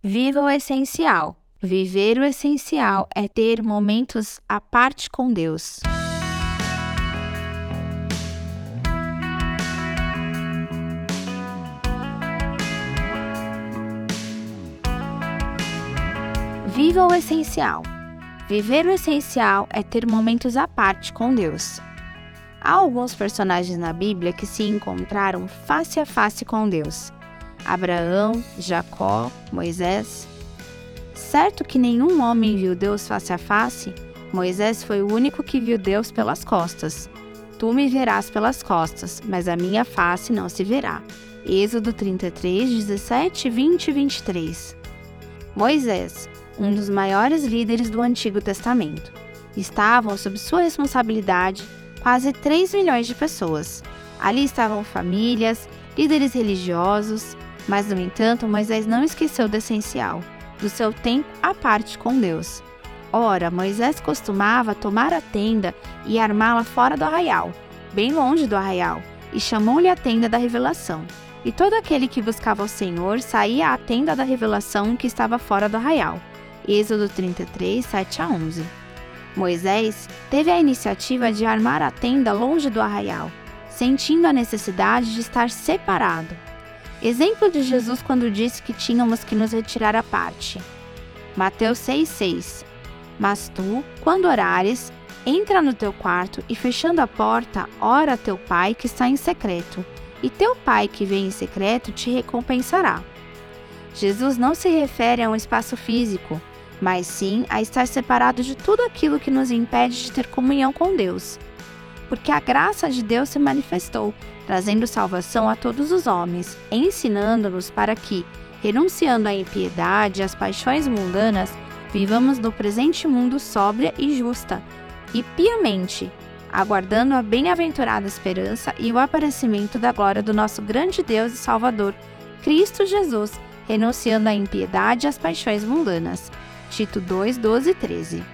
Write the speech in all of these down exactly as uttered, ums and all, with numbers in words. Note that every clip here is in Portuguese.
Viva o essencial. Viver o essencial é ter momentos à parte com Deus. Viva o essencial. Viver o essencial é ter momentos à parte com Deus. Há alguns personagens na Bíblia que se encontraram face a face com Deus. Abraão, Jacó, Moisés. Certo que nenhum homem viu Deus face a face, Moisés foi o único que viu Deus pelas costas. Tu me verás pelas costas, mas a minha face não se verá. Êxodo trinta e três, dezessete, vinte e vinte e três. Moisés, um dos maiores líderes do Antigo Testamento. Estavam sob sua responsabilidade quase três milhões de pessoas. Ali estavam famílias, líderes religiosos, mas, no entanto, Moisés não esqueceu do essencial, do seu tempo à parte com Deus. Ora, Moisés costumava tomar a tenda e armá-la fora do arraial, bem longe do arraial, e chamou-lhe a tenda da revelação. E todo aquele que buscava o Senhor saía à tenda da revelação que estava fora do arraial. Êxodo trinta e três, sete a onze. Moisés teve a iniciativa de armar a tenda longe do arraial, sentindo a necessidade de estar separado. Exemplo de Jesus quando disse que tínhamos que nos retirar à parte. Mateus seis, seis. Mas tu, quando orares, entra no teu quarto e, fechando a porta, ora a teu pai que está em secreto, e teu pai que vem em secreto te recompensará. Jesus não se refere a um espaço físico, mas sim a estar separado de tudo aquilo que nos impede de ter comunhão com Deus. Porque a graça de Deus se manifestou, trazendo salvação a todos os homens, ensinando-nos para que, renunciando à impiedade e às paixões mundanas, vivamos no presente mundo sóbria e justa, e piamente, aguardando a bem-aventurada esperança e o aparecimento da glória do nosso grande Deus e Salvador, Cristo Jesus, renunciando à impiedade e às paixões mundanas. Tito dois, doze e treze.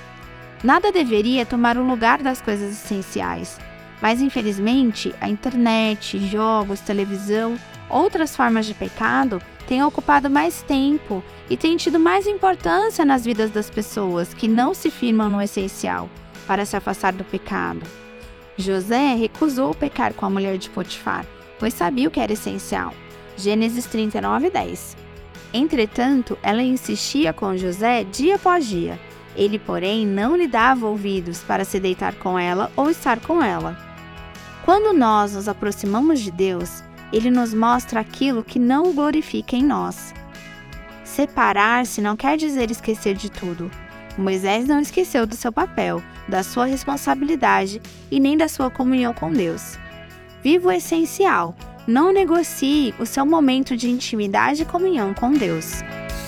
Nada deveria tomar o lugar das coisas essenciais, mas infelizmente a internet, jogos, televisão, outras formas de pecado têm ocupado mais tempo e têm tido mais importância nas vidas das pessoas que não se firmam no essencial para se afastar do pecado. José recusou pecar com a mulher de Potifar, pois sabia o que era essencial. Gênesis trinta e nove, dez. Entretanto, ela insistia com José dia após dia. Ele, porém, não lhe dava ouvidos para se deitar com ela ou estar com ela. Quando nós nos aproximamos de Deus, Ele nos mostra aquilo que não o glorifica em nós. Separar-se não quer dizer esquecer de tudo. Moisés não esqueceu do seu papel, da sua responsabilidade e nem da sua comunhão com Deus. Viva o essencial. Não negocie o seu momento de intimidade e comunhão com Deus.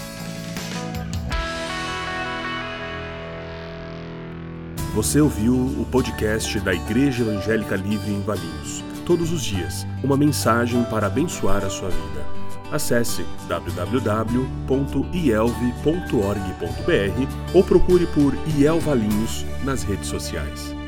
Você ouviu o podcast da Igreja Evangélica Livre em Valinhos. Todos os dias, uma mensagem para abençoar a sua vida. Acesse w w w ponto i e l v ponto org ponto b r ou procure por I E L Valinhos nas redes sociais.